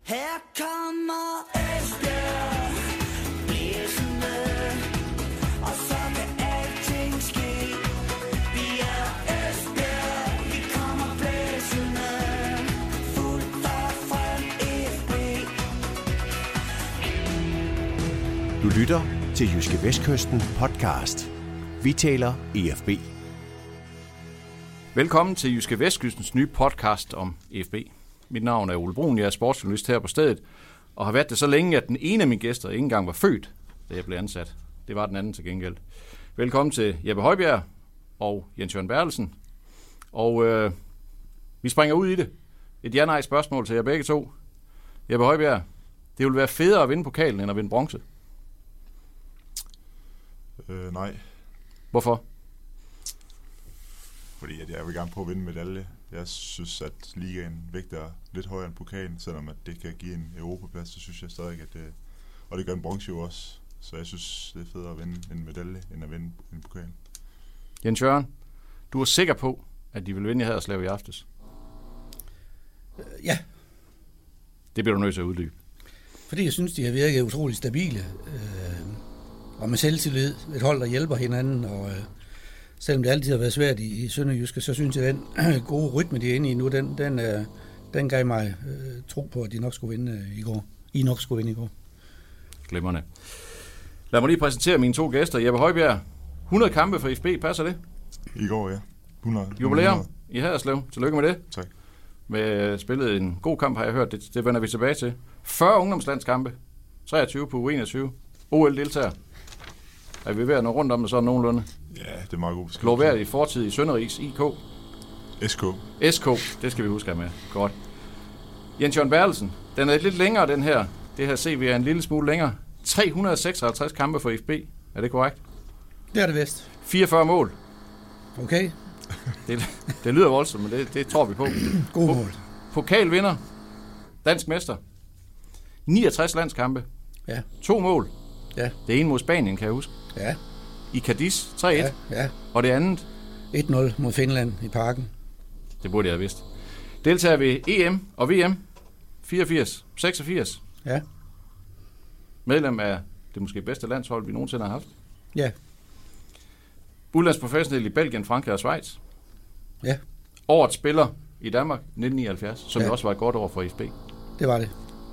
Her kommer Esbjerg blæsende, og så kan alting ske. Vi er Esbjerg, vi kommer blæsende, fuldt og frem FB. Du lytter til Jyske Vestkysten podcast. Vi taler EFB. Velkommen til Jyske Vestkystens nye podcast om EFB. Mit navn er Ole Brun, jeg er sportsjournalist her på stedet, og har været det så længe, at den ene af mine gæster ikke engang var født, da jeg blev ansat. Det var den anden til gengæld. Velkommen til Jeppe Højbjerg og Jens Jørgen Bertelsen. Og vi springer ud i det. Et ja-nej spørgsmål til jer begge to. Jeppe Højbjerg, det vil være federe at vinde pokalen, end at vinde bronze. Nej. Hvorfor? Fordi at jeg vil gerne prøve at vinde medalje. Jeg synes, at ligaen vægter lidt højere end pokalen, selvom at det kan give en Europaplads, så synes jeg stadig, at det, og det gør en bronze jo også. Så jeg synes, det er federe at vinde en medalje, end at vinde en pokal. Jens Jørgen, du er sikker på, at de vil vinde i Haderslev i aftes? Ja. Det bliver du nødt til at uddybe. Fordi jeg synes, de har virket utroligt stabile, og med selvtillid, et hold, der hjælper hinanden, og selvom det altid har været svært i Sønderjyske, så synes jeg, at den gode rytme, de er inde i nu, den gav mig tro på, at de nok skulle vinde i går. I nok skulle vinde i går. Glimrende. Lad mig lige præsentere mine to gæster. Jeppe Højbjerg, 100 kampe for FB, passer det? I går, ja. 100. Jubilæum i Haderslev. Tillykke med det. Tak. Med spillet en god kamp, har jeg hørt. Det vender vi tilbage til. 40 ungdomslandskampe. 23 på U21. OL-deltager. Er vi ved at nå rundt om det sådan nogenlunde? Ja, det er meget god beskrift. Gloværd i fortid i Sønderrigs IK. SK, det skal vi huske med. Godt. Jens Jørgen Bertelsen, den er lidt længere, den her. Det her CV er en lille smule længere. 356 kampe for FB. Er det korrekt? Det er det vist. 44 mål. Okay. Det lyder voldsomt, men det tror vi på. God mål. Pokalvinder. Dansk mester. 69 landskampe. Ja. 2 mål. Ja. Det ene mod Spanien, kan jeg huske. Ja. I Cadiz 3-1. Ja. Og det andet 1-0 mod Finland i parken. Det burde jeg have vidst. Deltager ved EM og VM 84, 86. Ja. Medlem af det måske bedste landshold, vi nogensinde har haft. Ja. Udlandsprofessionel i Belgien, Frankrig og Schweiz. Ja. Årets spiller i Danmark 1979, som jo også var et godt år for FB. Det var det.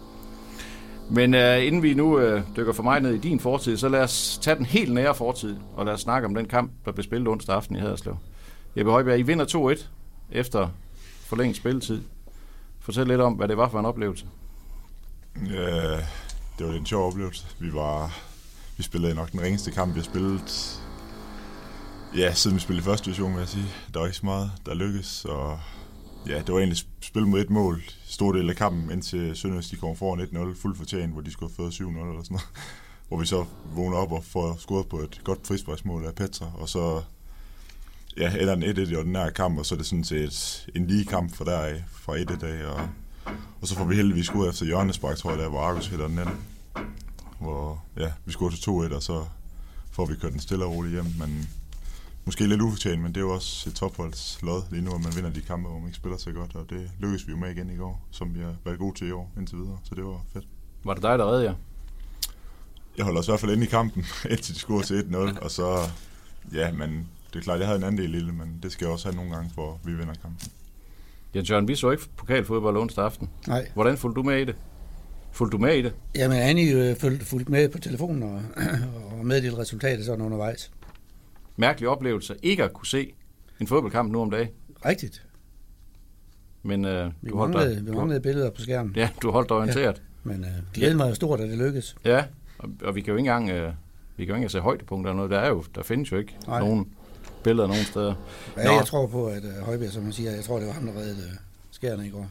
Men inden vi nu dykker for mig ned i din fortid, så lad os tage den helt nære fortid, og lad os snakke om den kamp, der blev spillet onsdag aften i Haderslev. Jeppe Højbjerg, I vinder 2-1 efter forlænget spilletid. Fortæl lidt om, hvad det var for en oplevelse. Ja, det var en sjov oplevelse. Vi spillede nok den ringeste kamp, vi har spillet. Ja, siden vi spillede i første division, vil jeg sige. Der var ikke så meget, der lykkedes, og ja, det var egentlig spil mod et mål. Stor del af kampen, indtil Sønderjysk de kom foran 1-0, fuldt fortjent, hvor de skulle have fået 7-0 eller sådan noget. Hvor vi så vågner op og får scoret på et godt frisparksmål af Petra, og så ender den 1-1 i ordinær kamp, og så er det sådan set en lige kamp fra deraf, fra 1-1 af, og så får vi heldigvis scoret efter hjørnespark, tror jeg, der hvor Argus hætter den ind. Hvor vi scorer til 2-1, og så får vi kørt den stille og roligt hjem, men måske lidt ufortjent, men det er jo også et topholdslod lige nu, at man vinder de kampe, hvor man ikke spiller så godt, og det lykkedes vi jo med igen i går, som vi har været gode til i år indtil videre, så det var fedt. Var det dig, der reddede jer? Jeg holder os i hvert fald inde i kampen, indtil de scorede til 1-0, og så, men det er klart, jeg havde en anden del lille, men det skal jeg også have nogle gange, for vi vinder kampen. Jens Jørgen, vi så ikke pokalfodbold onsdag aften. Nej. Hvordan fulgte du med i det? Fulgte du med i det? Jamen, Annie fulgte med på telefonen og meddelte resultatet sådan undervejs. Mærkelig oplevelse ikke at kunne se en fodboldkamp nu om dagen. Rigtigt. Men vi manglede billeder på skærmen. Ja, du holdt dig orienteret. Ja, men glæden var jo stort, at det lykkedes. Ja, og vi kan jo ikke engang se højdepunkter eller noget. Der findes jo ikke nogen billeder nogen steder. Ja, jeg tror på, at Højbjerg, som man siger, jeg tror, det var ham, der reddede skærene i går.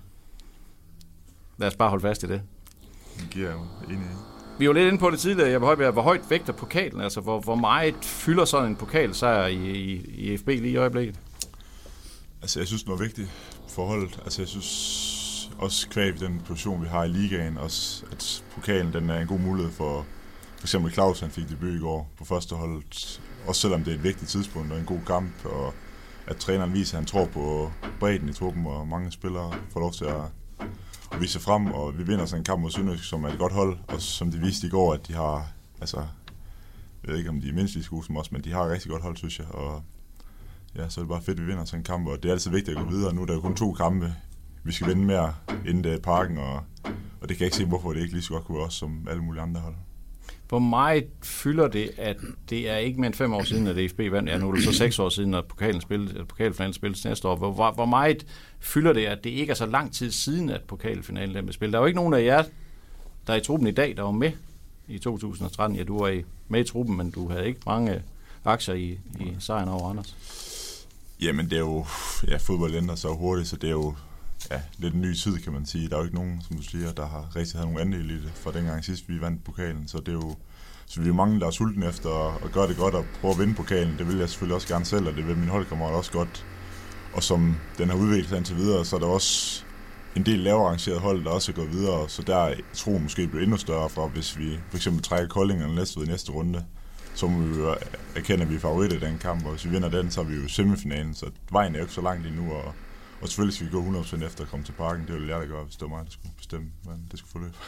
Lad os bare holde fast i det. Det giver jeg jo enig i. Vi var lidt inde på det tidligere, Jeppe Højbjerg. Hvor højt vægter pokalen? Altså, hvor meget fylder sådan en pokalsejr i FB lige i øjeblikket? Altså, jeg synes, det var vigtigt for holdet. Altså, jeg synes også kvæg den position, vi har i ligaen, også at pokalen den er en god mulighed for eksempel Claus, han fik debut i går på første holdet. Også selvom det er et vigtigt tidspunkt og en god kamp, og at træneren viser, at han tror på bredden i truppen, og mange spillere får lov til vise frem, og vi vinder sådan en kamp mod Sønderjysk, som er et godt hold, og som de viste i går, at de har, altså, jeg ved ikke om de er mindst lige gode som os, men de har et rigtig godt hold, synes jeg, og ja, så er det bare fedt, at vi vinder sådan en kamp, og det er altid vigtigt at gå videre. Nu er der jo kun 2 kampe, vi skal vinde mere inden det er Parken, og det kan jeg ikke se, hvorfor det ikke lige så godt kunne være os som alle mulige andre hold. Hvor meget fylder det, at det er ikke mere end 5 år siden, at DFB vandt? Ja, nu er det så 6 år siden, at pokalfinalen spilles næste år. Hvor meget fylder det, at det ikke er så lang tid siden, at pokalfinalen blev spillet? Der er jo ikke nogen af jer, der er i truppen i dag, der var med i 2013. Ja, du var med i truppen, men du havde ikke mange aktier i sejren over Anders. Jamen, det er jo... Ja, fodbold ændrer sig hurtigt, så det er jo lidt en ny tid, kan man sige. Der er jo ikke nogen, som du siger, der har rigtig havde nogen andel i det fra dengang sidst, vi vandt pokalen. Så det er jo... Så vi er mange, der er sultne efter at gøre det godt og prøve at vinde pokalen. Det vil jeg selvfølgelig også gerne selv, og det vil min holdkammerat også godt. Og som den har udviklet sig indtil videre, så er der også en del lavere arrangeret hold, der også er gået videre. Så der tror jeg måske bliver endnu større for, hvis vi for eksempel trækker Kolding eller Næstved i næste runde. Så må vi jo erkende, at vi er favoritter i den kamp, og hvis vi vinder den, så er vi jo i semifinalen. Så vejen er jo ikke så langt endnu, og selvfølgelig skal vi gå 100% efter at komme til Parken. Det ville jeg da gøre, hvis det var mig, der skulle bestemme, men det skulle forløbe.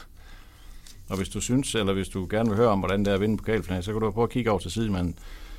Og hvis du synes, eller hvis du gerne vil høre om, hvordan det er at vinde pokalfinalen, så kan du prøve at kigge over til siden, men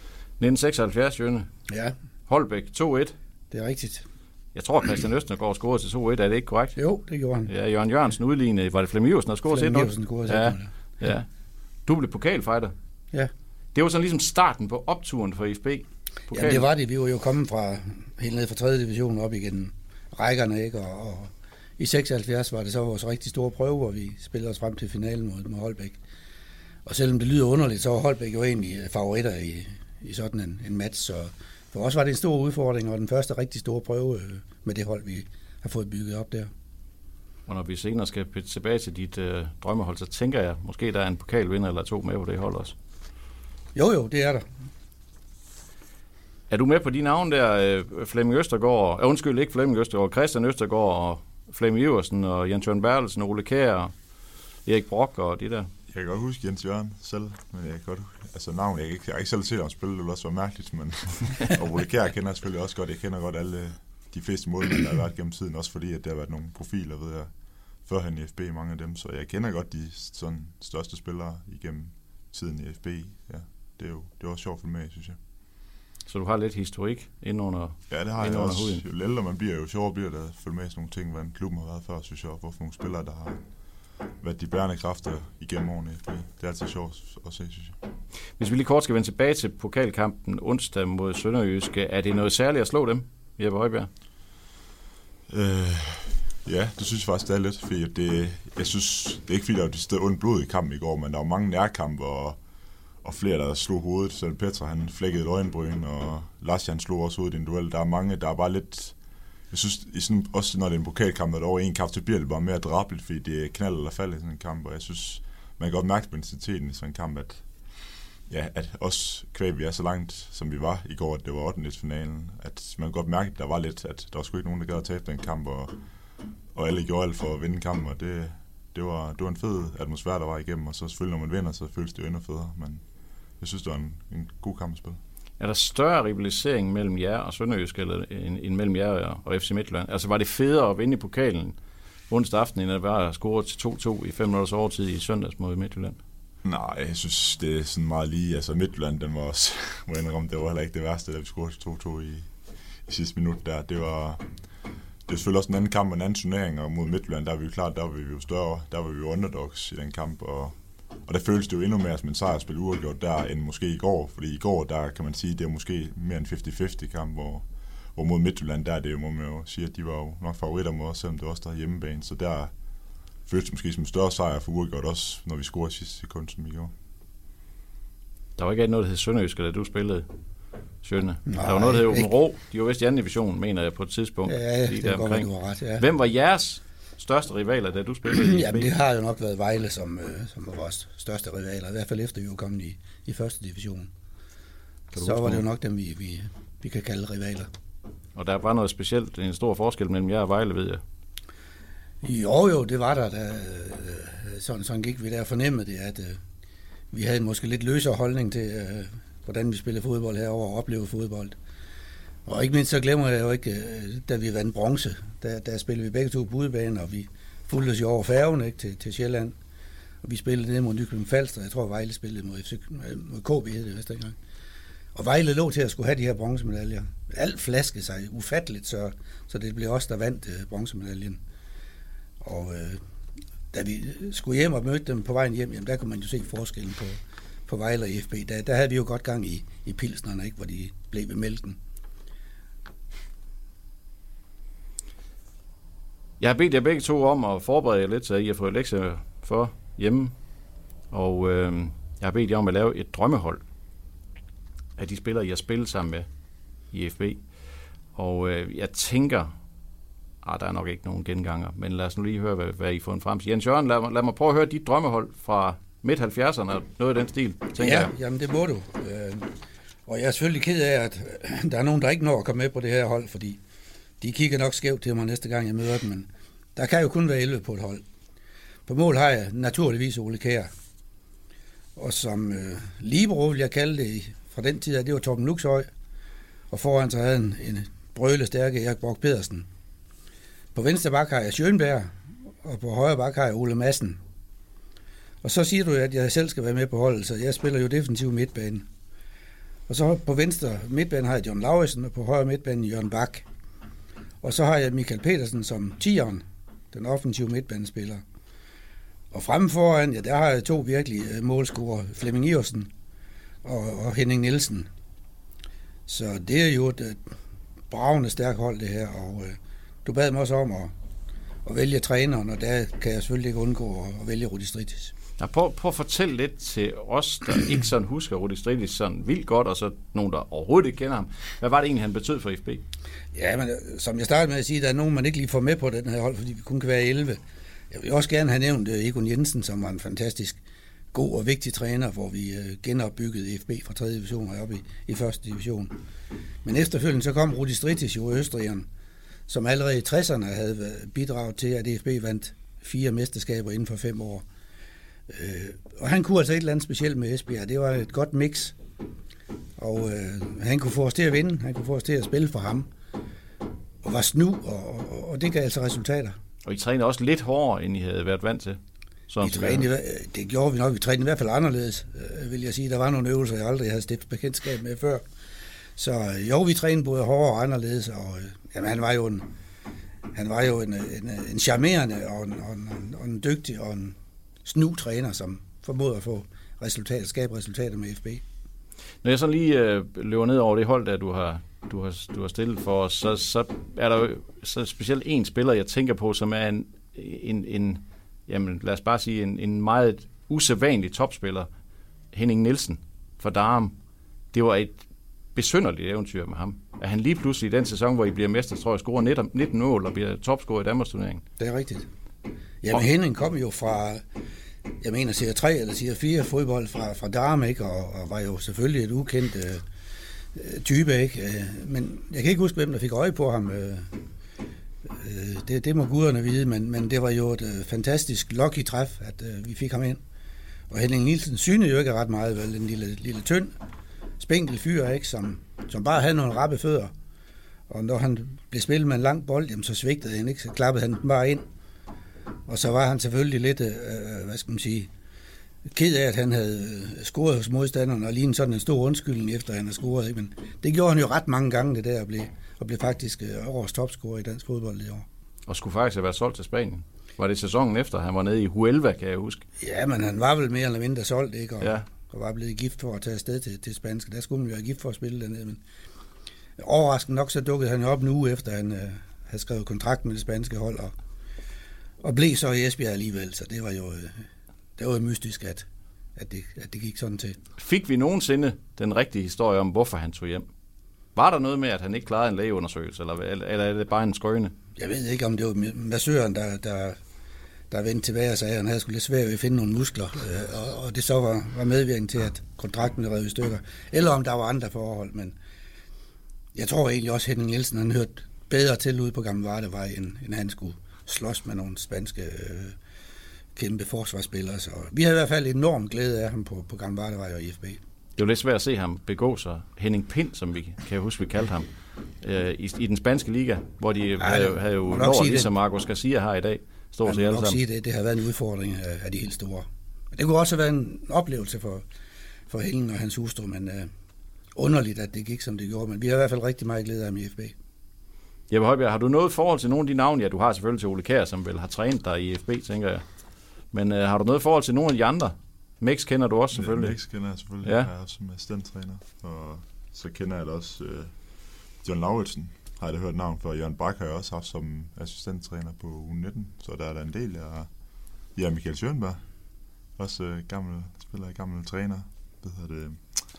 1976, Jønne. Ja. Holbæk 2-1. Det er rigtigt. Jeg tror, Christian Østergaard scorede til 2-1. Er det ikke korrekt? Jo, det gjorde han. Ja, Jørgen Jørgensen udlignede. Var det Flemming Iversen, der scorede til 1-0? Flemming Iversen scorede til 1-0, ja. Du blev pokalfighter. Ja. Det var sådan ligesom starten på opturen for IFB. Ja, det var det. Vi var jo kommet fra helt ned fra 3. division op igennem rækkerne, ikke? Og i 76 var det så vores rigtig store prøve, hvor vi spillede os frem til finalen mod Holbæk. Og selvom det lyder underligt, så var Holbæk jo egentlig favoritter i sådan en match. Så for os var det en stor udfordring, og den første rigtig store prøve med det hold, vi har fået bygget op der. Og når vi senere skal tilbage til dit drømmehold, så tænker jeg, måske der er en pokalvinder eller 2 med på det hold også. Jo, det er der. Er du med på de navne der, Flemming Østergaard, ikke Flemming Østergaard, Christian Østergaard og Flemming Iversen og Jens Jørgen Bertelsen, Ole Kjær og Erik Brock og de der? Jeg kan godt huske Jens Jørgen selv, men jeg kan godt, altså navn, jeg har ikke selv set ham spille, det ville også være mærkeligt, men og Ole Kjær kender jeg selvfølgelig også godt. Jeg kender godt alle de fleste målmænd, der har været gennem tiden, også fordi at der har været nogle profiler, ved jeg, førhen i FB, mange af dem, så jeg kender godt de sådan største spillere igennem tiden i FB. Ja, det er også sjovt for mig, synes jeg. Så du har lidt historik ind under. Ja, det har jeg også. Jo ældre man bliver, jo sjovere bliver det at følge med sådan nogle ting, hvordan klubben har været før, synes jeg, og hvorfor nogle spillere, der har været de bærende kræfter igennem årene. Det er altid sjovt at se, synes jeg. Hvis vi lige kort skal vende tilbage til pokalkampen onsdag mod Sønderjyske, er det noget særligt at slå dem, Jeppe Højbjerg? Ja, det synes jeg faktisk, det er lidt, fordi jeg synes, det er ikke fordi, der var de steder ondt blod i kampen i går, men der var mange nærkampe, og flere, der slog hovedet. Så Petra, han flækkede et øjenbryn, og Lars, han slog også hovedet i en duel. Der er mange, der er bare lidt... Jeg synes, også når det er en pokalkamp, er der over en kamp, så bliver det bare mere drabeligt, fordi det er knald eller fald i sådan en kamp, og jeg synes, man kan godt mærke på intensiteten i sådan en kamp, at også kvæg vi er så langt, som vi var i går, at det var 8-finalen, at man kan godt mærke, at der var lidt, at der var sgu ikke nogen, der gad at tabe den kamp, og alle gjorde alt for at vinde kampen, og det var en fed atmosfære, der var igennem, og så selvfølgelig, når man vinder, så føles det jo endnu federe, men jeg synes, det var en god kamp at spille. Er der større rivalisering mellem jer og Sønderjysk, eller end mellem jer og FC Midtjylland? Altså, var det federe at vinde i pokalen onsdag aften, end at være scoret til 2-2 i 5 minutters overtid i søndags mod Midtjylland? Nej, jeg synes, det er sådan meget lige. Altså, Midtjylland, den var også, må jeg indrømme, det var heller ikke det værste, da vi scorede til 2-2 i sidste minut der. Det er selvfølgelig også en anden kamp og en anden turnering, og mod Midtjylland, der er vi jo klart, der var vi jo større, der var vi jo underdogs i den kamp, og der føles det jo endnu mere som en sejrspil uafgjort der, end måske i går, fordi i går, der kan man sige, det er måske mere en 50-50 kamp, hvor mod Midtjylland, der det jo, må man jo sige, at de var jo nok favoritter mod os, selvom det også der er hjemmebane, så der føles det måske som en større sejr for uafgjort også, når vi scorer sidste sekund, som i går. Der var ikke noget, der hed Sønderjysk, da du spillede Sjønne. Der var noget, der hed Åben Rå. De var vist i anden division, mener jeg, på et tidspunkt. Ja, det er godt, du har ret, ja. Hvem var jeres største rivaler, da du spillede i Jamen, det har jo nok været Vejle, som var vores største rivaler, i hvert fald efter vi var kommet i første division. Så var det jo nok dem, vi kan kalde rivaler. Og der var noget specielt, en stor forskel mellem jer og Vejle, ved jeg. Jo, det var der. Sådan gik vi der og fornemmede det, at vi havde en måske lidt løsere holdning til, hvordan vi spillede fodbold herovre og oplevede fodbold. Og ikke mindst så glemmer jeg jo ikke, da vi vandt bronze, der spillede vi begge to på udebane, og vi fulgte os jo over færgen, ikke, til Sjælland. Og vi spillede ned mod Nykøbing Falster. Jeg tror, Vejle spillede mod KB, hed det vist dengang. Og Vejle lå til at skulle have de her bronzemedaljer. Alt flaskede sig ufatteligt, så det blev os, der vandt bronzemedaljen. Og da vi skulle hjem og mødte dem på vejen hjem, jamen, der kunne man jo se forskellen på Vejle og FB. Der havde vi jo godt gang i pilsnerne, ikke, hvor de blev ved mælken. Jeg har bedt jer begge to om at forberede jer lidt, så I har fået lektier for hjemme. Og jeg har bedt jer om at lave et drømmehold af de spillere, I har spillet sammen med i FB. Og jeg tænker, der er nok ikke nogen genganger, men lad os nu lige høre, hvad I har fundet frem til. Jens Jørgen, lad mig prøve at høre dit drømmehold fra midt-70'erne, noget af den stil, tænker jeg. Jamen det må du. Og jeg er selvfølgelig ked af, at der er nogen, der ikke når at komme med på det her hold, fordi de kigger nok skævt til mig næste gang, jeg møder dem, men der kan jo kun være 11 på et hold. På mål har jeg naturligvis Ole Kjær. Og som libero, vil jeg kalde det, fra den tid, det var Torben Luxhøj. Og foran så havde en brøle stærke Erik Borg Pedersen. På venstre bak har jeg Schönberg, og på højre bak har jeg Ole Madsen. Og så siger du, at jeg selv skal være med på holdet, så jeg spiller jo defensiv midtbane. Og så på venstre midtbane har jeg John Lauritsen, og på højre midtbane Jørgen Bak. Og så har jeg Michael Petersen som 10'eren, den offensive midtbanespiller. Og fremme foran, ja, der har jeg 2 virkelige målscorer, Flemming Iversen og Henning Nielsen. Så det er jo et bravende stærkt hold, det her. Og du bad mig også om at vælge træneren, og der kan jeg selvfølgelig ikke undgå at vælge Rudi Stritis. Ja, prøv at fortælle lidt til os, der ikke sådan husker Rudi Stritis sådan vildt godt, og så nogen, der overhovedet ikke kender ham. Hvad var det egentlig, han betød for FB? Ja, men som jeg startede med at sige, der er nogen, man ikke lige får med på den her hold, fordi vi kun kan være 11. Jeg vil også gerne have nævnt Egon Jensen, som var en fantastisk god og vigtig træner, hvor vi genopbyggede FB fra 3. division og op i 1. division. Men efterfølgende så kom Rudi Stritis jo i Østrigeren, som allerede i 60'erne havde bidraget til, at FB vandt 4 mesterskaber inden for 5 år. Og han kunne altså et eller andet specielt med Esbjerg. Det var et godt mix. Og han kunne få os til at vinde. Han kunne få os til at spille for ham. Og var snu, og det gav altså resultater. Og I trænede også lidt hårdere, end I havde været vant til? Det gjorde vi nok. Vi trænede i hvert fald anderledes, vil jeg sige. Der var nogle øvelser, jeg aldrig havde stiftet bekendtskab med før. Så jo, vi trænede både hårdere og anderledes. Og jamen, han var jo en charmerende og en dygtig og en snu træner, som formåede at få skabe resultater med FB. Når jeg så lige løber ned over det hold, der du har stillet for os, så er der jo så specielt en spiller, jeg tænker på, som er en jamen lad os bare sige, en meget usædvanlig topspiller, Henning Nielsen fra Darum. Det var et besynderligt eventyr med ham. At han lige pludselig i den sæson, hvor I bliver mester, tror jeg, scorer 19 mål og bliver topscorer i Danmarks turnering. Det er rigtigt. Jamen Henning kom jo fra, jeg mener, Serie 3 eller Serie 4 fodbold fra Darum, ikke? Og var jo selvfølgelig et ukendt type, ikke? Men jeg kan ikke huske, hvem der fik øje på ham. Det må guderne vide, men det var jo et fantastisk lucky træf, at vi fik ham ind. Og Henning Nielsen synede jo ikke ret meget, vel? En lille tynd, spinkel fyr, ikke? Som bare havde nogle rappe fødder. Og når han blev spillet med en lang bold, jamen, så svigtede han, ikke? Så klappede han den bare ind. Og så var han selvfølgelig lidt, ked af, at han havde scoret hos modstanderen, og lige sådan en stor undskyldning efter, at han havde scoret. Ikke? Men det gjorde han jo ret mange gange, det der, og blev faktisk årets topscorer i dansk fodbold i år. Og skulle faktisk have været solgt til Spanien. Var det sæsonen efter? Han var nede i Huelva, kan jeg huske. Ja, men han var vel mere eller mindre solgt, ikke? Og var blevet gift for at tage afsted til Spanske. Der skulle man jo have gift for at spille dernede, men overraskende nok så dukkede han op en uge efter, han havde skrevet kontrakt med det spanske hold, og blev så i Esbjerg alligevel, så det var jo mystisk, at det gik sådan til. Fik vi nogensinde den rigtige historie om, hvorfor han tog hjem? Var der noget med, at han ikke klarede en lægeundersøgelse, eller er det bare en skrøne? Jeg ved ikke, om det var massøren, der vendte tilbage og sagde, at han havde sgu lidt svært ved at finde nogle muskler, og det så var medvirkende til, at kontrakten blev revet i stykker. Eller om der var andre forhold, men jeg tror egentlig også, at Henning Nielsen han hørte bedre til ude på Gamle Vardevej, end han skulle slås med nogle spanske kæmpe forsvarsspillere. Så vi havde i hvert fald enormt glæde af ham på Gamle Vardevej og IFB. Det var lidt svært at se ham begå sig. Henning Pind, som vi kan huske, vi kaldte ham, i den spanske liga, hvor de havde jo lov, ligesom Marcos Garcia har i dag. stort set Jeg alle må nok sammen. sige, det har været en udfordring af de helt store. Men det kunne også have været en oplevelse for Hellen og hans hustru, men underligt, at det gik, som det gjorde. Men vi har i hvert fald rigtig meget glæde af ham i FB. Jeppe Højbjerg, har du noget forhold til nogle af de navne? Ja, du har selvfølgelig til Ole Kjær, som vel har trænet dig i FB, tænker jeg. Men har du noget forhold til nogle af de andre? Mix kender du også selvfølgelig. Mix kender jeg selvfølgelig. Ja. Jeg er også som assistenttræner. Og så kender jeg da også John Lauritsen. Har jeg da hørt navn for. Jørgen Bak har jeg også haft som assistenttræner på U19. Så der er der en del. Jeg er Michael Schönberg. Også gammel træner. Hvad hedder det?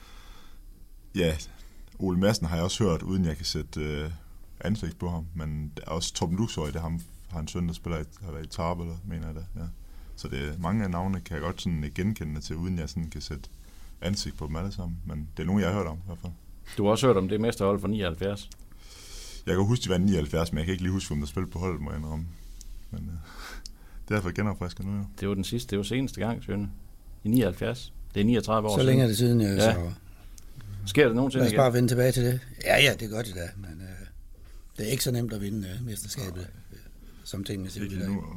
Ja, Ole Madsen har jeg også hørt, uden jeg kan sætte ansigt på ham. Men der er også Torben Luxøj, det har en søn, der har været i Tarp, eller mener jeg da. Ja. Så det er mange af navnene kan jeg godt sådan genkende til, uden jeg sådan kan sætte ansigt på dem alle sammen. Men det er nogen, jeg har hørt om i hvert fald. Du har også hørt om det mesterhold fra 79. Jeg kan huske, de var 79, men jeg kan ikke lige huske, hvem der spillede på holdet, må jeg indrømme. Men det er i hvert fald genopfrisket nu, jo. Det var den sidste, det var seneste gang, Sjøne. I 79. Det er 39 år Så siden. længe er det siden, Ja. så Sker det nogensinde lad os igen? bare vende tilbage til det. Ja, det gør det da, men det er ikke så nemt at vinde mesterskabet, som tingene ser ud i Ikke dag. nu.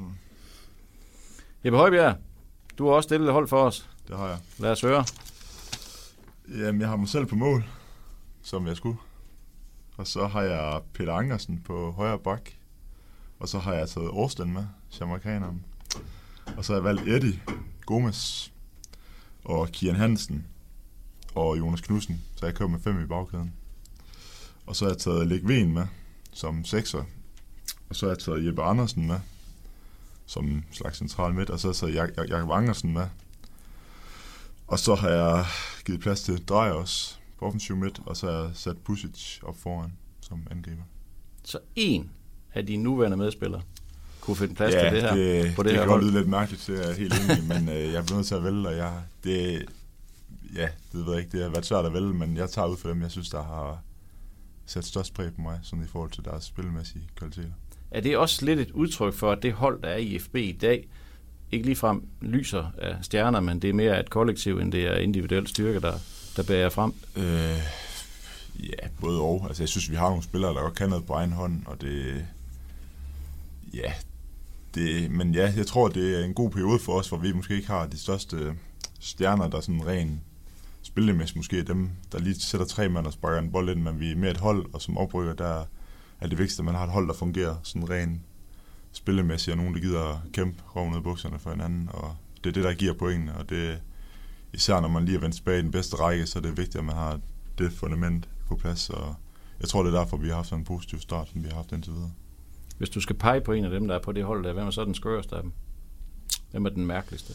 Jeppe Højbjerg, du har også stillet et hold for os. Det har jeg. Lad os høre. Jamen, jeg har mig selv på mål, som jeg skulle. Og så har jeg Peter Ankersen på højre bak. Og så har jeg taget Årsten med, jamaikaneren. Og så har jeg valgt Eddie Gomes og Kian Hansen og Jonas Knudsen. Så jeg kører med 5 i bagkæden. Og så har jeg taget Læk Ven med som 6'er. Og så har jeg taget Jeppe Andersen med som en slags central midt. Og så har jeg taget Jakob Ankersen med. Og så har jeg givet plads til Drejer også på offensiv midt, og så har jeg sat Pusic op foran som angriber. Så en af de nuværende medspillere kunne finde plads til det her. På det her kan hold. godt lyde lidt mærkeligt, det er jeg helt enig i, men jeg bliver nødt til at vælge, og det ved jeg ikke, det har været svært at vælge, men jeg tager ud for dem, jeg synes, der har sat størst præg på mig, sådan i forhold til deres spilmæssige kvaliteter. Er det også lidt et udtryk for, at det hold, der er i FB i dag, ikke ligefrem lyser af stjerner, men det er mere et kollektiv, end det er individuel styrke, der bærer frem? Ja, både og. Altså, jeg synes, vi har nogle spillere, der godt kan noget på egen hånd, og men jeg tror, det er en god periode for os, hvor vi måske ikke har de største stjerner, der sådan ren spillemæssigt måske er dem, der lige sætter 3 mand og sparker en bold ind, men vi er mere et hold, og som oprykker, der er det vigtigste, at man har et hold, der fungerer sådan ren spillemæssigt, og nogen, der gider kæmpe røven ned i bukserne for hinanden, og det er det, der giver pointene, og det især når man lige er vendt tilbage i den bedste række, så er det vigtigt, at man har det fundament på plads, og jeg tror, det er derfor, vi har haft sådan en positiv start, som vi har haft indtil videre. Hvis du skal pege på en af dem, der er på det hold, hvem er så den skøreste af dem? Hvem er den mærkeligste?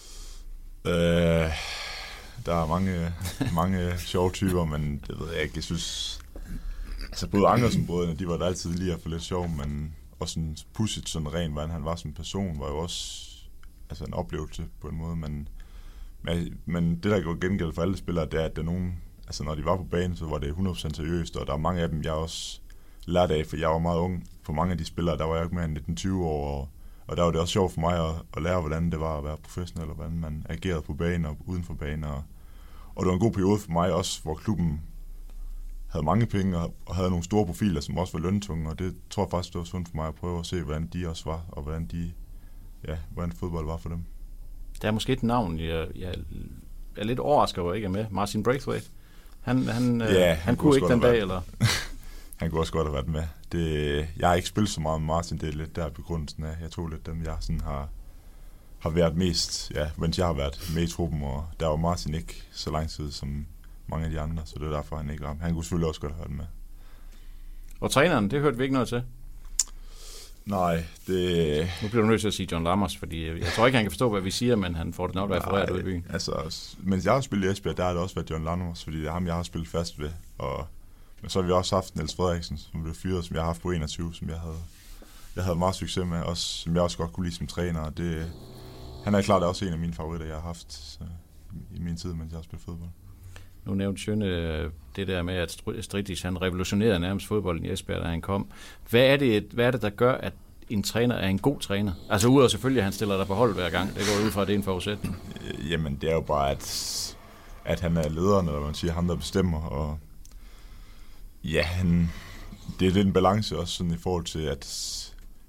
Der er mange sjove typer, men det ved jeg ikke. Jeg synes, altså både Ankersen-brødrene, de var da altid lige at få lidt sjov, men også en Pusic, sådan ren, hvordan han var som person, var jo også altså en oplevelse på en måde, men det, der går gengæld for alle spillere, det er, at der er nogen, altså når de var på banen, så var det 100% seriøst, og der er mange af dem, jeg også lærte af, for jeg var meget ung. For mange af de spillere, der var jeg ikke mere end 19-20 år, og der var det også sjovt for mig at lære, hvordan det var at være professionel, og hvordan man agerede på banen og uden for banen. Og det var en god periode for mig også, hvor klubben havde mange penge og havde nogle store profiler, som også var løntunge, og det tror jeg faktisk, det var sundt for mig at prøve at se, hvordan de også var, og hvordan fodbold var for dem. Der er måske et navn, jeg er lidt overrasket over, ikke er med. Martin Braithwaite. Han kunne ikke den dag, eller? Han kunne også godt have været med. Jeg har ikke spillet så meget med Martin, det er lidt der begrundelsen af. Jeg tror lidt dem, jeg sådan har været mest, mens jeg har været med i truppen, og der var Martin ikke så lang tid som mange af de andre, så det er derfor, han ikke ramte. Han kunne selvfølgelig også godt have været med. Og træneren, det hørte vi ikke noget til? Nej, det... Nu bliver du nødt til at sige John Lammers, fordi jeg tror ikke, han kan forstå, hvad vi siger, men han får det nok refereret ud i byen. Altså, mens jeg har spillet i Esbjerg, der har det også været John Lammers, fordi det er ham, jeg har spillet fast ved, men så har vi også haft Niels Frederiksen, som blev fyret, som jeg har haft på 21, som jeg havde meget succes med, også, som jeg også godt kunne lide som træner. Og han er klart også en af mine favoritter, jeg har haft i min tid, mens jeg har spillet fodbold. Nu nævnte Sjøne det der med, at Stridic, han revolutionerede nærmest fodbolden i Esbjerg, da han kom. Hvad er det, der gør, at en træner er en god træner? Altså udover selvfølgelig, at han stiller dig på hold hver gang. Det går ud fra, at det er en forudsætning. Jamen, det er jo bare, at han er lederen, eller man siger, ham der bestemmer, og det er lidt en balance også sådan i forhold til, at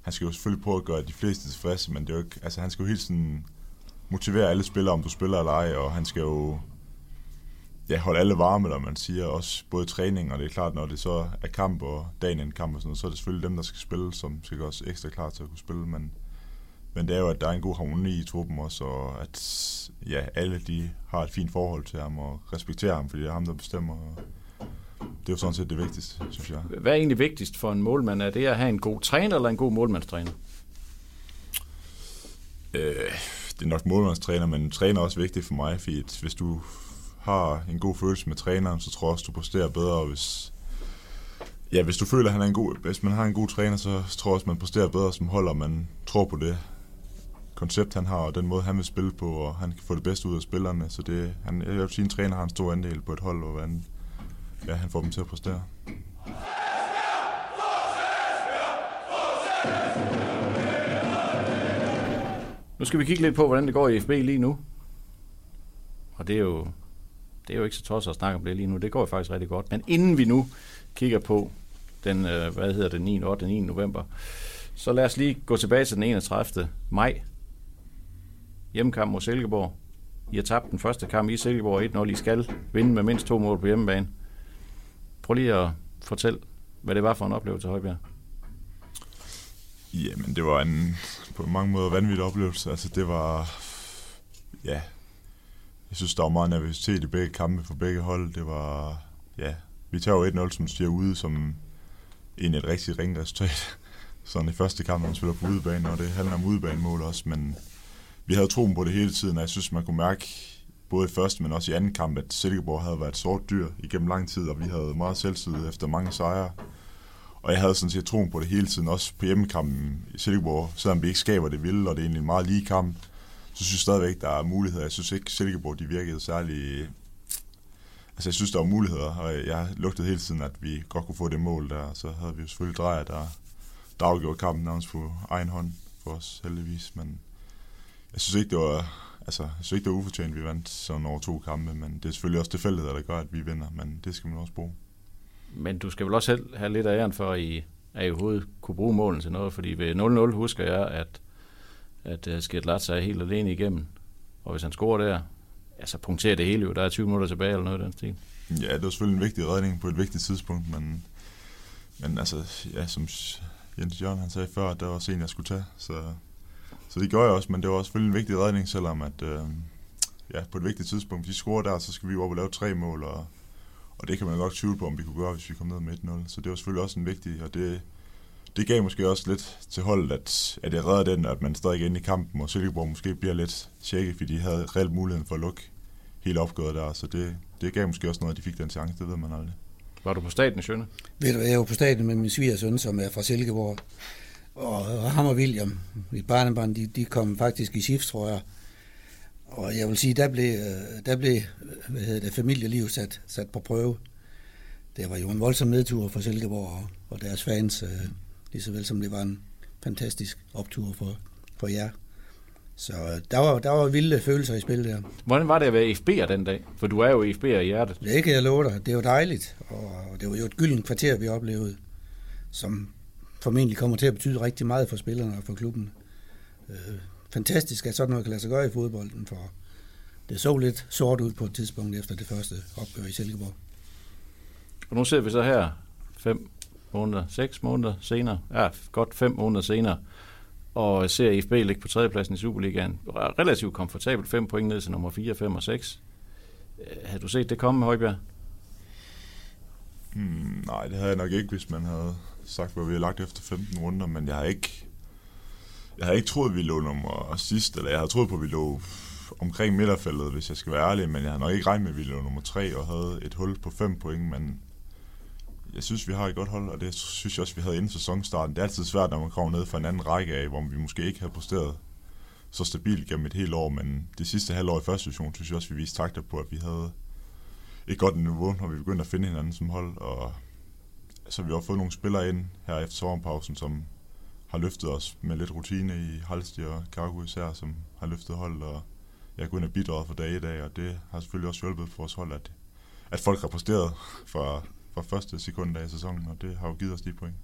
han skal jo selvfølgelig prøve at gøre de fleste tilfredse, men det er jo ikke, altså han skal jo helt sådan motivere alle spillere, om du spiller eller ej, og han skal jo holde alle varme, der man siger, også både træning, og det er klart, når det så er kamp og dagen en kamp og sådan noget, så er det selvfølgelig dem, der skal spille, som skal også ekstra klar til at kunne spille, men det er jo, at der er en god harmoni i truppen også, og at alle de har et fint forhold til ham og respekterer ham, fordi det er ham, der bestemmer. Det er jo sådan set det vigtigste, synes jeg. Hvad er egentlig vigtigst for en målmand? Er det at have en god træner eller en god målmandstræner? Det er nok målmandstræner, men træner er også vigtigt for mig, fordi hvis du har en god følelse med træneren, så tror jeg også, du præsterer bedre. Hvis du føler, at han er en god, hvis man har en god træner, så tror jeg også, man præsterer bedre som hold, og man tror på det koncept, han har, og den måde, han vil spille på, og han kan få det bedste ud af spillerne. Så jeg vil sige, en træner har en stor andel på et hold, og han får dem til at præstere. Nu skal vi kigge lidt på, hvordan det går i FB lige nu. Og det er jo ikke så tosset at snakke om det lige nu. Det går jo faktisk rigtig godt. Men inden vi nu kigger på den, 9. og 9. november, så lad os lige gå tilbage til den 31. maj. Hjemmekamp mod Silkeborg. I har tabt den første kamp i Silkeborg 1-0. I skal vinde med mindst 2 mål på hjemmebane. Prøv lige at fortælle, hvad det var for en oplevelse, Højbjerg. Jamen, det var en på mange måder vanvittig oplevelse. Altså, det var... Ja... Jeg synes, der var meget nervøsitet i begge kampe for begge hold. Det var... Ja... Vi tager jo 1-0, som du siger, ude som et rigtig ringresultat. Sådan i første kamp, man spiller på udebane, og det handler om udebanemål også, men vi havde troen på det hele tiden, og jeg synes, man kunne mærke både i første, men også i anden kamp, at Silkeborg havde været et sort dyr igennem lang tid, og vi havde meget selvtillid efter mange sejre. Og jeg havde sådan set troen på det hele tiden, også på hjemmekampen i Silkeborg, selvom vi ikke skaber det vilde, og det er egentlig en meget lige kamp, så synes jeg stadigvæk, der er muligheder. Jeg synes ikke, Silkeborg de virkede særlig... Altså jeg synes, der var muligheder, og jeg lugtede hele tiden, at vi godt kunne få det mål der. Så havde vi jo selvfølgelig Drejer, der afgjorde kampen nærmest på egen hånd for os heldigvis, men jeg synes ikke, det var ufortjent, vi vandt sådan over 2 kampe, men det er selvfølgelig også tilfældigheder, der gør, at vi vinder, men det skal man også bruge. Men du skal vel også selv have lidt af æren for, at I overhovedet kunne bruge målen til noget, fordi ved 0-0 husker jeg, at Skirtlatza er helt alene igennem, og hvis han scorer der, så punkterer det hele jo, der er 20 minutter tilbage eller noget i den stil. Ja, det var selvfølgelig en vigtig redning på et vigtigt tidspunkt, men altså, ja, som Jens Jørgen han sagde før, der var sen, jeg skulle tage, så det gjorde jeg også, men det var også selvfølgelig en vigtig redning, selvom at, på et vigtigt tidspunkt, hvis vi scorer der, så skal vi jo op og lave 3 mål, og det kan man godt tvivle på, om vi kunne gøre, hvis vi kom ned med 1-0, så det var selvfølgelig også en vigtig, og det gav måske også lidt til holdet, at jeg redder den, at man stadig er inde i kampen, og Silkeborg måske bliver lidt tjekket, fordi de havde reelt muligheden for at lukke hele opgøret der, så det gav måske også noget, at de fik den chance, det ved man aldrig. Var du på stadion i Sjønne? Ved du, jeg var på stadion med min svigersøn, som er fra Silkeborg, og ham og William, mit barnebarn, de kom faktisk i shift, tror jeg. Og jeg vil sige, der blev familieliv sat på prøve. Det var jo en voldsom nedtur for Silkeborg og deres fans, lige så vel som det var en fantastisk optur for jer. Så der var vilde følelser i spil der. Hvordan var det at være FB'er den dag? For du er jo FB'er i hjertet. Det kan jeg love dig. Det var dejligt, og det var jo et gyldent kvarter, vi oplevede, som formentlig kommer til at betyde rigtig meget for spillerne og for klubben. Fantastisk, at sådan noget kan lade sig gøre i fodbolden, for det så lidt sort ud på et tidspunkt efter det første opgør i Silkeborg. Og nu ser vi så her 6 måneder senere, godt 5 måneder senere, og ser FB ligge på 3. pladsen i Superligaen. Relativt komfortabelt, 5 point ned til nummer 4, 5 og 6. Havde du set det komme, Højbjerg? Nej, det havde jeg nok ikke, hvis man havde sagt, hvor vi har lagt efter 15 runder, men jeg har ikke troet, at vi lå nummer sidst, eller jeg havde troet på, at vi lå omkring midterfeltet, hvis jeg skal være ærlig, men jeg har nok ikke regnet med, at vi lå nummer 3 og havde et hul på 5 point, men jeg synes, vi har et godt hold, og det synes jeg også, vi havde inden sæsonstarten. Det er altid svært, når man kommer ned fra en anden række af, hvor vi måske ikke havde præsteret så stabilt gennem et helt år, men det sidste halvår i første division, synes jeg også, vi viste takter på, at vi havde et godt niveau, når vi begyndte at finde hinanden som hold, og så vi har fået nogle spillere ind her efter sommerpausen, som har løftet os med lidt rutine i Halsti og Cargo især, som har løftet hold, og jeg er gået ind og bidraget for dag i dag, og det har selvfølgelig også hjulpet for vores hold, at folk har præsteret fra første sekund af sæsonen, og det har jo givet os de point.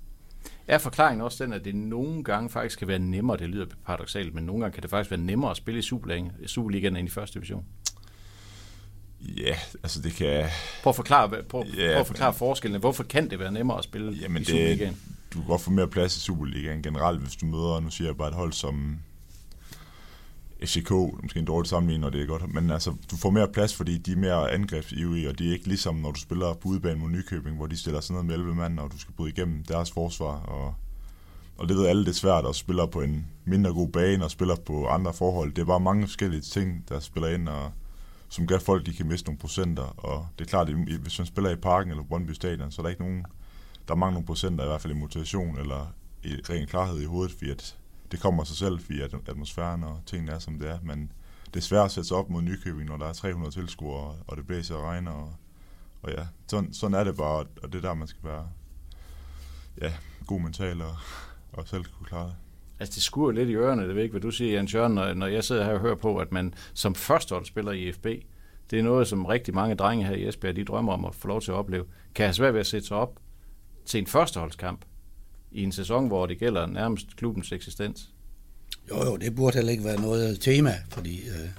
Er forklaringen også den, at det nogle gange faktisk kan være nemmere, det lyder paradoksalt, men nogle gange kan det faktisk være nemmere at spille i Superligaen end i første division? Ja, altså det kan... Prøv at forklare forskellen. Hvorfor kan det være nemmere at spille i Superligaen? Du kan godt få mere plads i Superligaen generelt, hvis du møder, nu siger jeg bare et hold som FCK, måske en dårlig sammenligning, når det er godt, men altså, du får mere plads, fordi de er mere angrebsivrige, og de er ikke ligesom, når du spiller på udebane mod Nykøbing, hvor de stiller sådan noget med 11 mand, og du skal bryde igennem deres forsvar, og det ved alle, det er svært at spille på en mindre god bane, og spiller på andre forhold. Det er bare mange forskellige ting, der spiller ind, og som gør folk, de kan miste nogle procenter, og det er klart, at hvis man spiller i Parken eller Brøndby Stadion, så er der ikke nogen, der mangler nogle procenter, i hvert fald i motivation, eller i ren klarhed i hovedet, fordi at det kommer af sig selv, fordi atmosfæren og tingene er, som det er, men det er svært at sætte sig op mod Nykøbing, når der er 300 tilskuere, og det blæser og regner, og ja, sådan er det bare, og det er der, man skal være god mental og selv kunne klare det. Altså, det skuer lidt i ørerne, det ved ikke, hvad du siger, Jens Jørgen, når jeg sidder her og hører på, at man som førsteholdsspiller i FB, det er noget, som rigtig mange drenge her i Esbjerg, de drømmer om at få lov til at opleve, kan have svært ved at sætte sig op til en førsteholdskamp i en sæson, hvor det gælder nærmest klubbens eksistens. Jo, det burde heller ikke være noget tema, fordi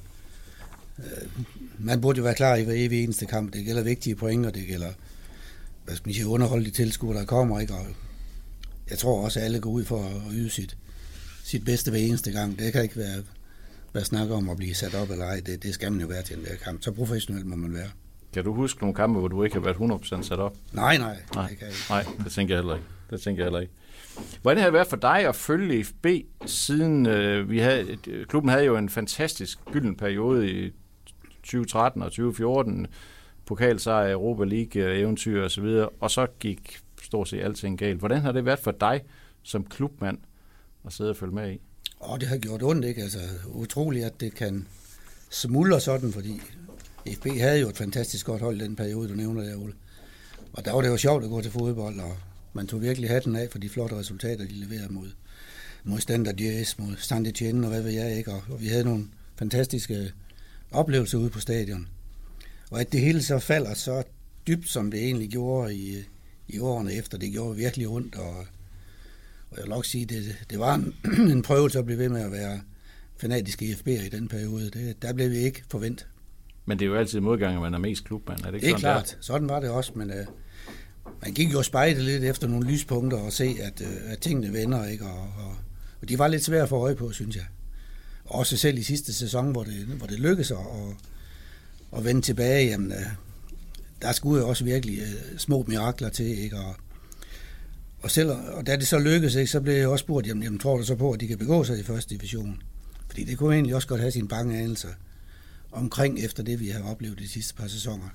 man burde jo være klar i hver evig eneste kamp. Det gælder vigtige point, og det gælder, hvad skal man sige, underholde de tilskuere, der kommer, ikke? Og jeg tror også, at alle går ud for at yde sit bedste hver eneste gang. Det kan ikke være snak om at blive sat op eller ej. Det skal man jo være til en der kamp. Så professionelt må man være. Kan du huske nogle kampe, hvor du ikke har været 100% sat op? Nej, det kan jeg ikke. Nej, det tænker jeg heller ikke. Hvordan har det været for dig at følge FB, siden klubben havde jo en fantastisk gylden periode i 2013 og 2014, pokalsejr, Europa League, eventyr og så videre, og så gik stort set alting galt. Hvordan har det været for dig som klubmand at sidde og følge med i? Det har gjort ondt, ikke? Altså utroligt, at det kan smuldre sådan, fordi FB havde jo et fantastisk godt hold i den periode, du nævner der, Ole. Og der var det jo sjovt at gå til fodbold, og man tog virkelig hatten af for de flotte resultater, de leverede mod Standard Liège, mod Saint Etienne og hvad ved jeg, ikke? Og vi havde nogle fantastiske oplevelser ude på stadion. Og at det hele så falder så dybt, som det egentlig gjorde i årene efter, det gjorde virkelig ondt, og jeg vil nok sige, det var en prøvelse at blive ved med at være fanatiske FB'er i den periode. Der blev vi ikke forventet. Men det er jo altid modgang, at man er mest klubmand, er det ikke sådan? Det er sådan klart, sådan var det også, men man gik jo spejde lidt efter nogle lyspunkter og se, at tingene vender, ikke? Og de var lidt svære at få øje på, synes jeg. Også selv i sidste sæson, hvor det lykkedes at vende tilbage, jamen, der skulle jo også virkelig små mirakler til, ikke? Og da det så lykkedes, ikke, så blev jeg også spurgt, jamen tror du så på, at de kan begå sig i første division? Fordi det kunne egentlig også godt have sine bange anelser omkring efter det, vi har oplevet de sidste par sæsoner.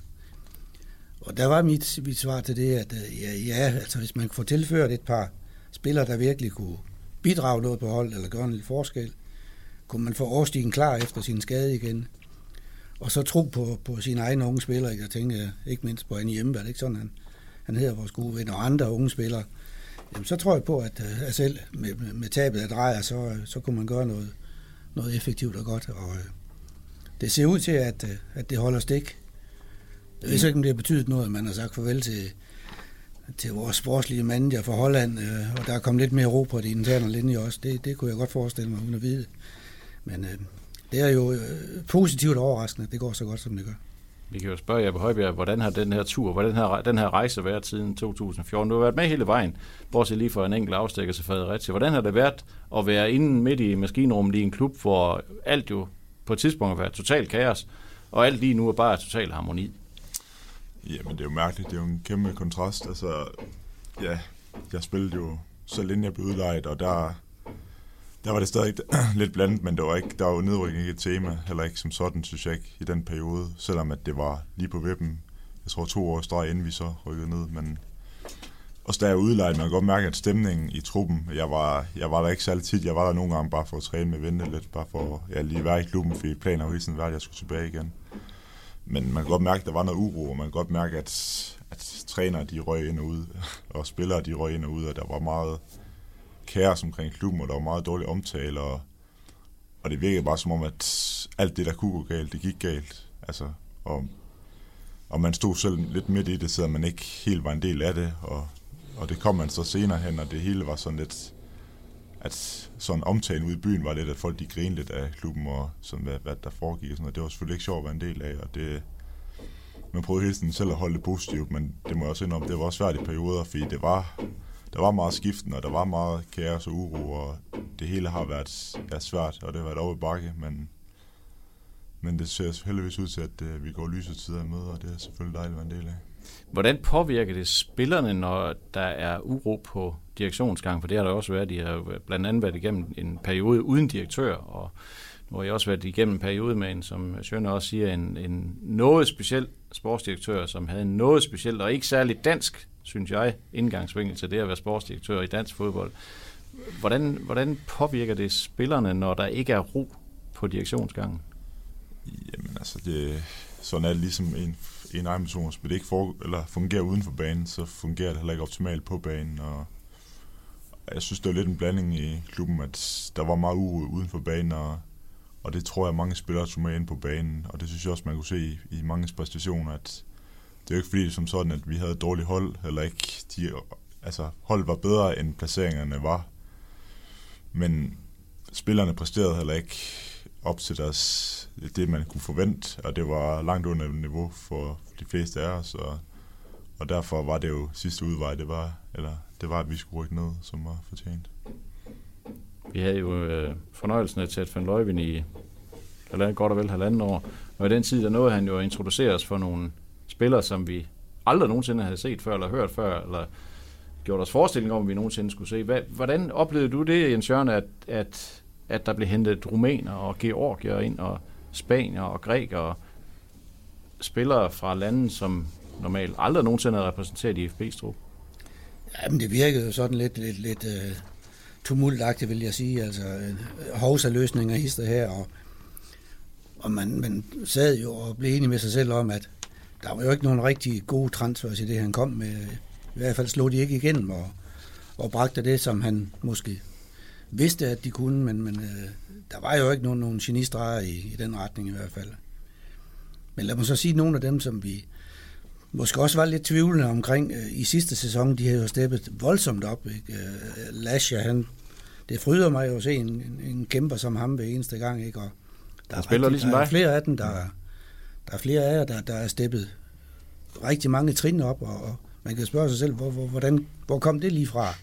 Og der var mit svar til det, at altså hvis man kunne få tilført et par spillere, der virkelig kunne bidrage noget på hold, eller gøre en lille forskel, kunne man få Årstigen klar efter sin skade igen. Og så tro på sine egne unge spillere, ikke? Jeg tænkte ikke mindst på Annie Hjemberg, ikke sådan, han hedder vores gode ven, og andre unge spillere. Jamen, så tror jeg på, at selv med tabet af drejer, så kunne man gøre noget effektivt og godt. Og det ser ud til, at det holder stik. Jeg ved ikke, om det har betydet noget, at man har sagt farvel til vores sportslige manager fra Holland, og der er kommet lidt mere ro på det interne linje også. Det kunne jeg godt forestille mig, uden at vide. Men det er jo positivt overraskende, at det går så godt, som det gør. Vi kan jo spørge Jeppe Højbjerg, hvordan har den her tur, den her rejse været siden 2014? Du har været med hele vejen, bortset lige for en enkelt afstikker til Fredericia. Hvordan har det været at være inde midt i maskinrummet i en klub, hvor alt jo på et tidspunkt har været totalt kaos, og alt lige nu er bare total harmoni? Jamen, det er jo mærkeligt. Det er jo en kæmpe kontrast. Altså, ja, jeg spillede jo selv inden jeg blev udlejet, og der var det stadig lidt blandet, men der var jo nedrykning ikke et tema, heller ikke som sådan, synes jeg ikke, i den periode, selvom at det var lige på vippen. Jeg tror 2 år streg, inden vi så rykkede ned, men også da jeg var udlejet, man kan godt mærke, at stemningen i truppen, jeg var der ikke særlig tit, jeg var der nogle gange bare for at træne med vente lidt, bare for at lige være i klubben, fordi planer jo hele tiden var, at jeg skulle tilbage igen. Men man kan godt mærke, at der var noget uro, og man kan godt mærke, at trænere de røg ind og ud, og spillere de røg ind og ud, og der var meget kaos omkring klubben, og der var meget dårlig omtale, og det virkede bare som om, at alt det, der kunne gå galt, det gik galt. Altså, og man stod selv lidt midt i det, så man ikke helt var en del af det, og og det kom man så senere hen, og det hele var sådan lidt, at sådan omtalen ude i byen var lidt, at folk de grinede lidt af klubben, og sådan, hvad der foregik, og sådan noget. Det var selvfølgelig ikke sjovt at være en del af, og det, man prøvede hele tiden selv at holde det positivt, men det må jeg også indrømme, det var også svært i perioder, fordi der var meget skiften, og der var meget kaos og uro, og det hele har været svært, og det har været over i bakke, men det ser heldigvis ud til, at vi går lyse tider i møde, og det er selvfølgelig dejligt at være en del af. Hvordan påvirker det spillerne, når der er uro på direktionsgang? For det har der også været. De har jo blandt andet været igennem en periode uden direktør, og nu har jeg også været igennem en periode med en, som Sjønne også siger, en noget speciel sportsdirektør, som havde noget specielt, og ikke særligt dansk, synes jeg, indgangsvinkel til det at være sportsdirektør i dansk fodbold. Hvordan påvirker det spillerne, når der ikke er ro på direktionsgangen? Jamen altså, sådan er det ligesom en egen person, hvis det ikke fungerer uden for banen, så fungerer det heller ikke optimalt på banen, og jeg synes, det var lidt en blanding i klubben, at der var meget uro uden for banen, og det tror jeg, mange spillere tog med ind på banen, og det synes jeg også, man kunne se i mange præstationer, at det er jo ikke fordi, som sådan, at vi havde et dårligt hold, eller ikke, holdet var bedre, end placeringerne var, men spillerne præsterede heller ikke op til det, man kunne forvente, og det var langt under niveau for de fleste af os, og derfor var det jo sidste udvej, det var, at vi skulle rykke ned, som var fortjent. Vi havde jo fornøjelsen af Ted van Leuven i godt og vel 1,5 år, og i den tid, der nåede han jo at introducere os for nogle spillere, som vi aldrig nogensinde havde set før, eller hørt før, eller gjort os forestilling om, vi nogensinde skulle se. Hvordan oplevede du det, Jens Jørgen, at der blev hentet rumæner og georgier ind, og spanier og grækere, spillere fra lande, som normalt aldrig nogensinde har repræsenteret i FB's trup? Jamen, det virkede jo sådan lidt tumultagtigt, vil jeg sige. Altså, hovsaløsninger hister her, og man sad jo og blev enig med sig selv om, at der var jo ikke nogen rigtig gode transfers i det, han kom med. I hvert fald slog de ikke igennem, og bragte det, som han måske vidste, at de kunne, men der var jo ikke nogen genistreger i den retning i hvert fald. Men lad mig så sige, nogle af dem, som vi måske også var lidt tvivlende omkring i sidste sæson, de havde jo steppet voldsomt op. Ikke? Lascia, det fryder mig jo at se en kæmper som ham hver eneste gang, ikke? Og der er flere af dem, der er flere af jer, der er steppet rigtig mange trin op, og man kan spørge sig selv, hvor kom det lige fra?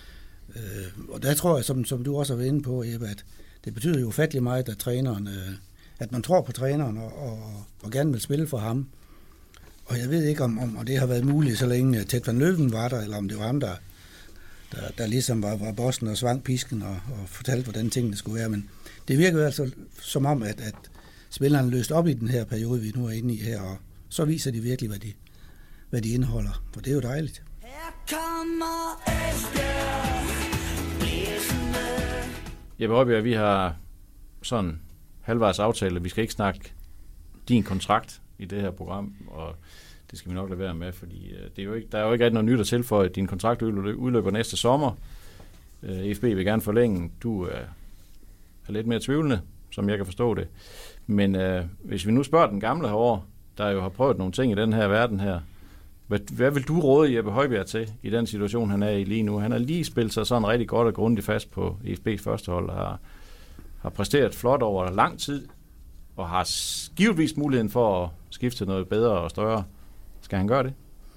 Og der tror jeg, som du også har været inde på, Ebbe, at det betyder jo ufattelig meget, at træneren, at man tror på træneren og gerne vil spille for ham. Og jeg ved ikke, om det har været muligt, så længe Ted van Leuven var der, eller om det var ham, der ligesom var bossen og svang pisken og fortalte, hvordan tingene skulle være. Men det virker jo altså som om, at spillerne løst op i den her periode, vi nu er inde i her, og så viser de virkelig, hvad de indeholder. For det er jo dejligt. Her kommer Esbjerg blæsende. Jeppe Højbjerg, vi har sådan halvvejs aftale, vi skal ikke snakke din kontrakt i det her program, og det skal vi nok lade være med, fordi det er jo ikke, der er jo ikke rigtig noget nyt at tilføje. Din kontrakt udløber næste sommer. FB vil gerne forlænge. Du er lidt mere tvivlende, som jeg kan forstå det. Men hvis vi nu spørger den gamle herovre, der jo har prøvet nogle ting i den her verden her, hvad vil du råde Jeppe Højbjerg til i den situation, han er i lige nu? Han har lige spillet sig sådan rigtig godt og grundigt fast på FB's førstehold, og har præsteret flot over lang tid, og har givetvis muligheden for at skifte til noget bedre og større. Skal han gøre det?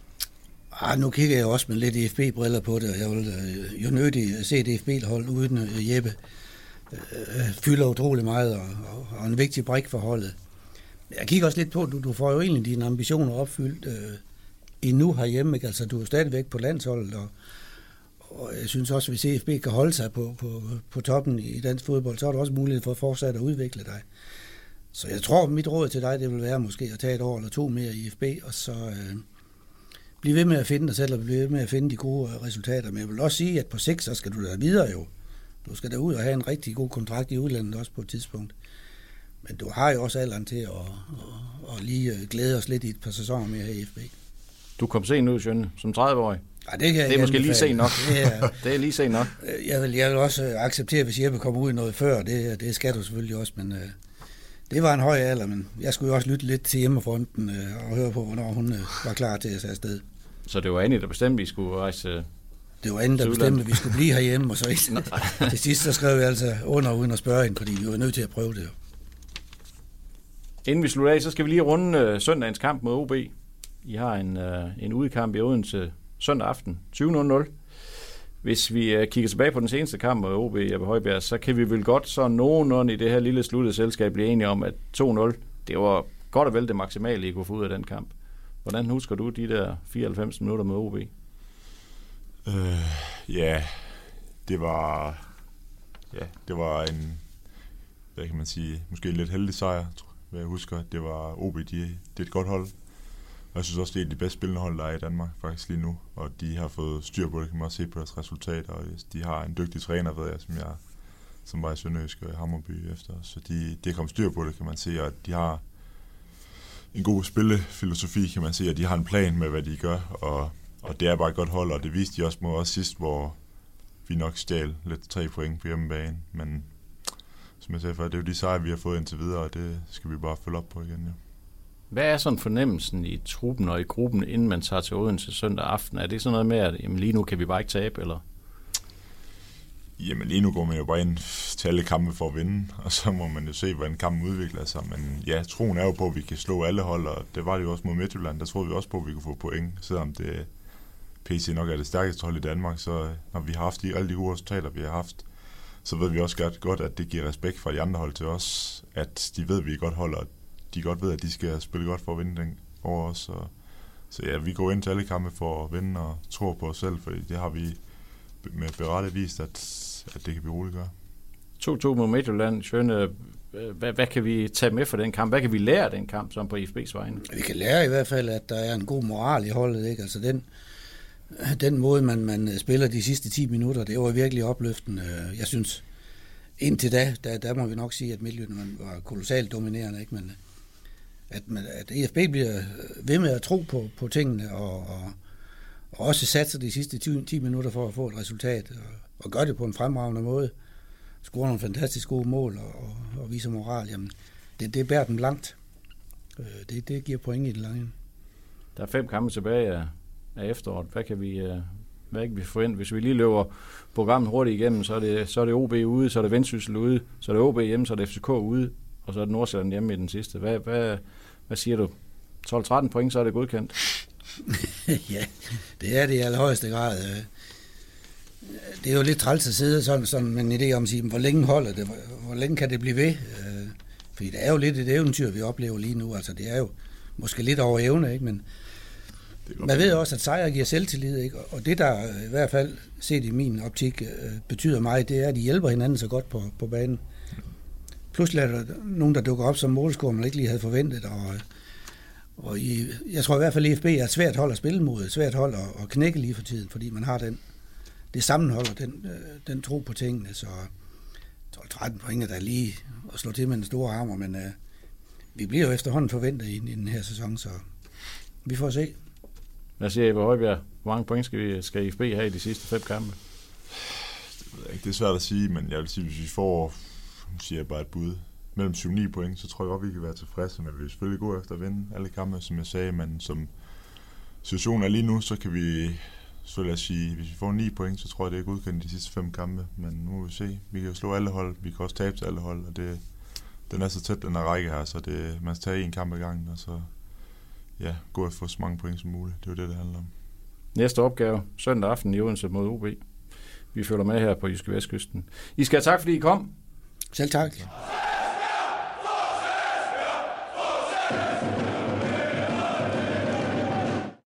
Nu kigger jeg også med lidt FB-briller på det, og jeg vil jo nødigt se et FB-hold uden Jeppe. Fylder utrolig meget, og en vigtig brik for holdet. Jeg kigger også lidt på, du får jo egentlig dine ambitioner opfyldt endnu herhjemme, ikke? Altså, du er stadigvæk på landsholdet, og jeg synes også, hvis FB kan holde sig på toppen i dansk fodbold, så er der også mulighed for at fortsætte at udvikle dig. Så jeg tror, mit råd til dig, det vil være måske at tage et år eller 2 mere i FB, og så blive ved med at finde dig selv, og blive ved med at finde de gode resultater. Men jeg vil også sige, at på 6, så skal du da videre jo. Du skal da ud og have en rigtig god kontrakt i udlandet også på et tidspunkt. Men du har jo også alderen til at lige glæde os lidt i et par sæsoner mere i FB. Du kom sent ud, Sjønne, som 30-årig. Ja, det er måske lige sent nok. Det er lige sent nok. Jeg vil også acceptere, hvis Jeppe kommer ud i noget før. Det skal du selvfølgelig også, men det var en høj alder, men jeg skulle jo også lytte lidt til hjemmefronten og høre på, hvornår hun var klar til at tage afsted. Så det var Annie, der bestemte, at vi skulle rejse Det var andet, der bestemte, at vi skulle blive herhjemme, og så til sidst så skrev vi altså uden at spørge hende, fordi vi var nødt til at prøve det. Inden vi slutter af, så skal vi lige runde søndagens kamp mod OB. I har en udekamp i Odense søndag aften, 20:00. Hvis vi kigger tilbage på den seneste kamp mod OB i Højbjerg, så kan vi vel godt så nogenlunde i det her lille sluttede selskab blive enige om, at 2-0, det var godt og vel det maksimale, I kunne få ud af den kamp. Hvordan husker du de der 94 minutter med OB? Det var en, hvad kan man sige, måske en lidt heldig sejr, hvad jeg husker. Det var OB, det er et godt hold. Og jeg synes også, det er de bedste spillende hold, der er i Danmark faktisk lige nu. Og de har fået styr på det, kan man også se på deres resultater. Og de har en dygtig træner, ved jeg, som var i Sønderjysk og i Hammarby efter. Så de kom styr på det, kan man se. Og de har en god spillefilosofi, kan man se. Og de har en plan med, hvad de gør. Og det er bare et godt hold, og det viste de også mod os sidst, hvor vi nok stjal lidt 3 point på hjemmebane. Men som jeg sagde før, det er jo de sejre, vi har fået indtil videre, og det skal vi bare følge op på igen, ja. Hvad er sådan fornemmelsen i truppen og i gruppen, inden man tager til Odense søndag aften? Er det sådan noget med, at jamen, lige nu kan vi bare ikke tabe, eller? Jamen lige nu går man jo bare ind til alle kampe for at vinde, og så må man jo se, hvordan kampen udvikler sig. Men ja, troen er jo på, at vi kan slå alle hold, og det var det jo også mod Midtjylland. Der troede vi også på, at vi kunne få point, selvom det PC nok er det stærkeste hold i Danmark. Så når vi har haft alle de gode resultater, vi har haft, så ved vi også godt, at det giver respekt fra de andre hold til os, at de ved, at vi er godt hold, og de godt ved, at de skal spille godt for at vinde den over os. Så ja, vi går ind til alle kampe for at vinde og tror på os selv, fordi det har vi med berettet vist, at det kan vi roligt gøre. 2-2 mod Midtjylland. Schøne, hvad kan vi tage med for den kamp? Hvad kan vi lære af den kamp, som på IFB's vegne? Vi kan lære i hvert fald, at der er en god moral i holdet, ikke? Altså den måde, man spiller de sidste 10 minutter, det var virkelig opløftende. Jeg synes, indtil da må vi nok sige, at Midtjylland var kolossalt dominerende, ikke? Men at EFB bliver ved med at tro på tingene, og også satser de sidste 10 minutter for at få et resultat, og gør det på en fremragende måde. Scorer nogle fantastisk gode mål, og viser moral. Jamen, det bærer dem langt. Det giver point i det lange. Der er 5 kampe tilbage af efteråret. Hvad kan vi forvente? Hvis vi lige løber programmet hurtigt igennem, så er det OB ude, så er det Vendsyssel ude, så er det OB hjemme, så er det FCK ude, og så er det Nordsjælland hjemme i den sidste. Hvad siger du? 12-13 point, så er det godkendt? Ja, det er det i allerhøjeste grad. Det er jo lidt træls at sidde sådan med en idé om at sige, hvor længe holder det? Hvor længe kan det blive ved? Fordi det er jo lidt et eventyr, vi oplever lige nu. Altså, det er jo måske lidt over evne, ikke? Men man ved også, at sejr giver selvtillid, ikke? Og det, der i hvert fald set i min optik betyder meget, det er, at de hjælper hinanden så godt på banen. Pludselig er der nogen, der dukker op som målscorer, man ikke lige havde forventet, og jeg tror i hvert fald, at IFB er et svært hold at spille mod, et svært hold at knække lige for tiden, fordi man har det sammenhold og den tro på tingene, så 12-13 point der lige at slå til med en store armer, men vi bliver jo efterhånden forventet i den her sæson, så vi får se. Hvad siger I på Højbjerg? Hvor mange point skal IFB have i de sidste 5 kampe? Det er svært at sige, men jeg vil sige, hvis vi får, siger jeg bare et bud, mellem 7-9 point, så tror jeg godt, vi kan være tilfredse, men vi er selvfølgelig gode efter at vinde alle kampe, som jeg sagde, men som situationen er lige nu, så kan vi, så lad os sige, hvis vi får 9 point, så tror jeg, det er godkendt de sidste 5 kampe, men nu må vi se. Vi kan jo slå alle hold, vi kan også tabe til alle hold, og den er så tæt, den her række her, så man skal tage en kamp ad gangen, og så gå at få så mange point som muligt. Det er jo det handler om. Næste opgave, søndag aften i Odense mod OB. Vi følger med her på Jyske Vestkysten. I skal have tak, fordi I kom. Selv tak.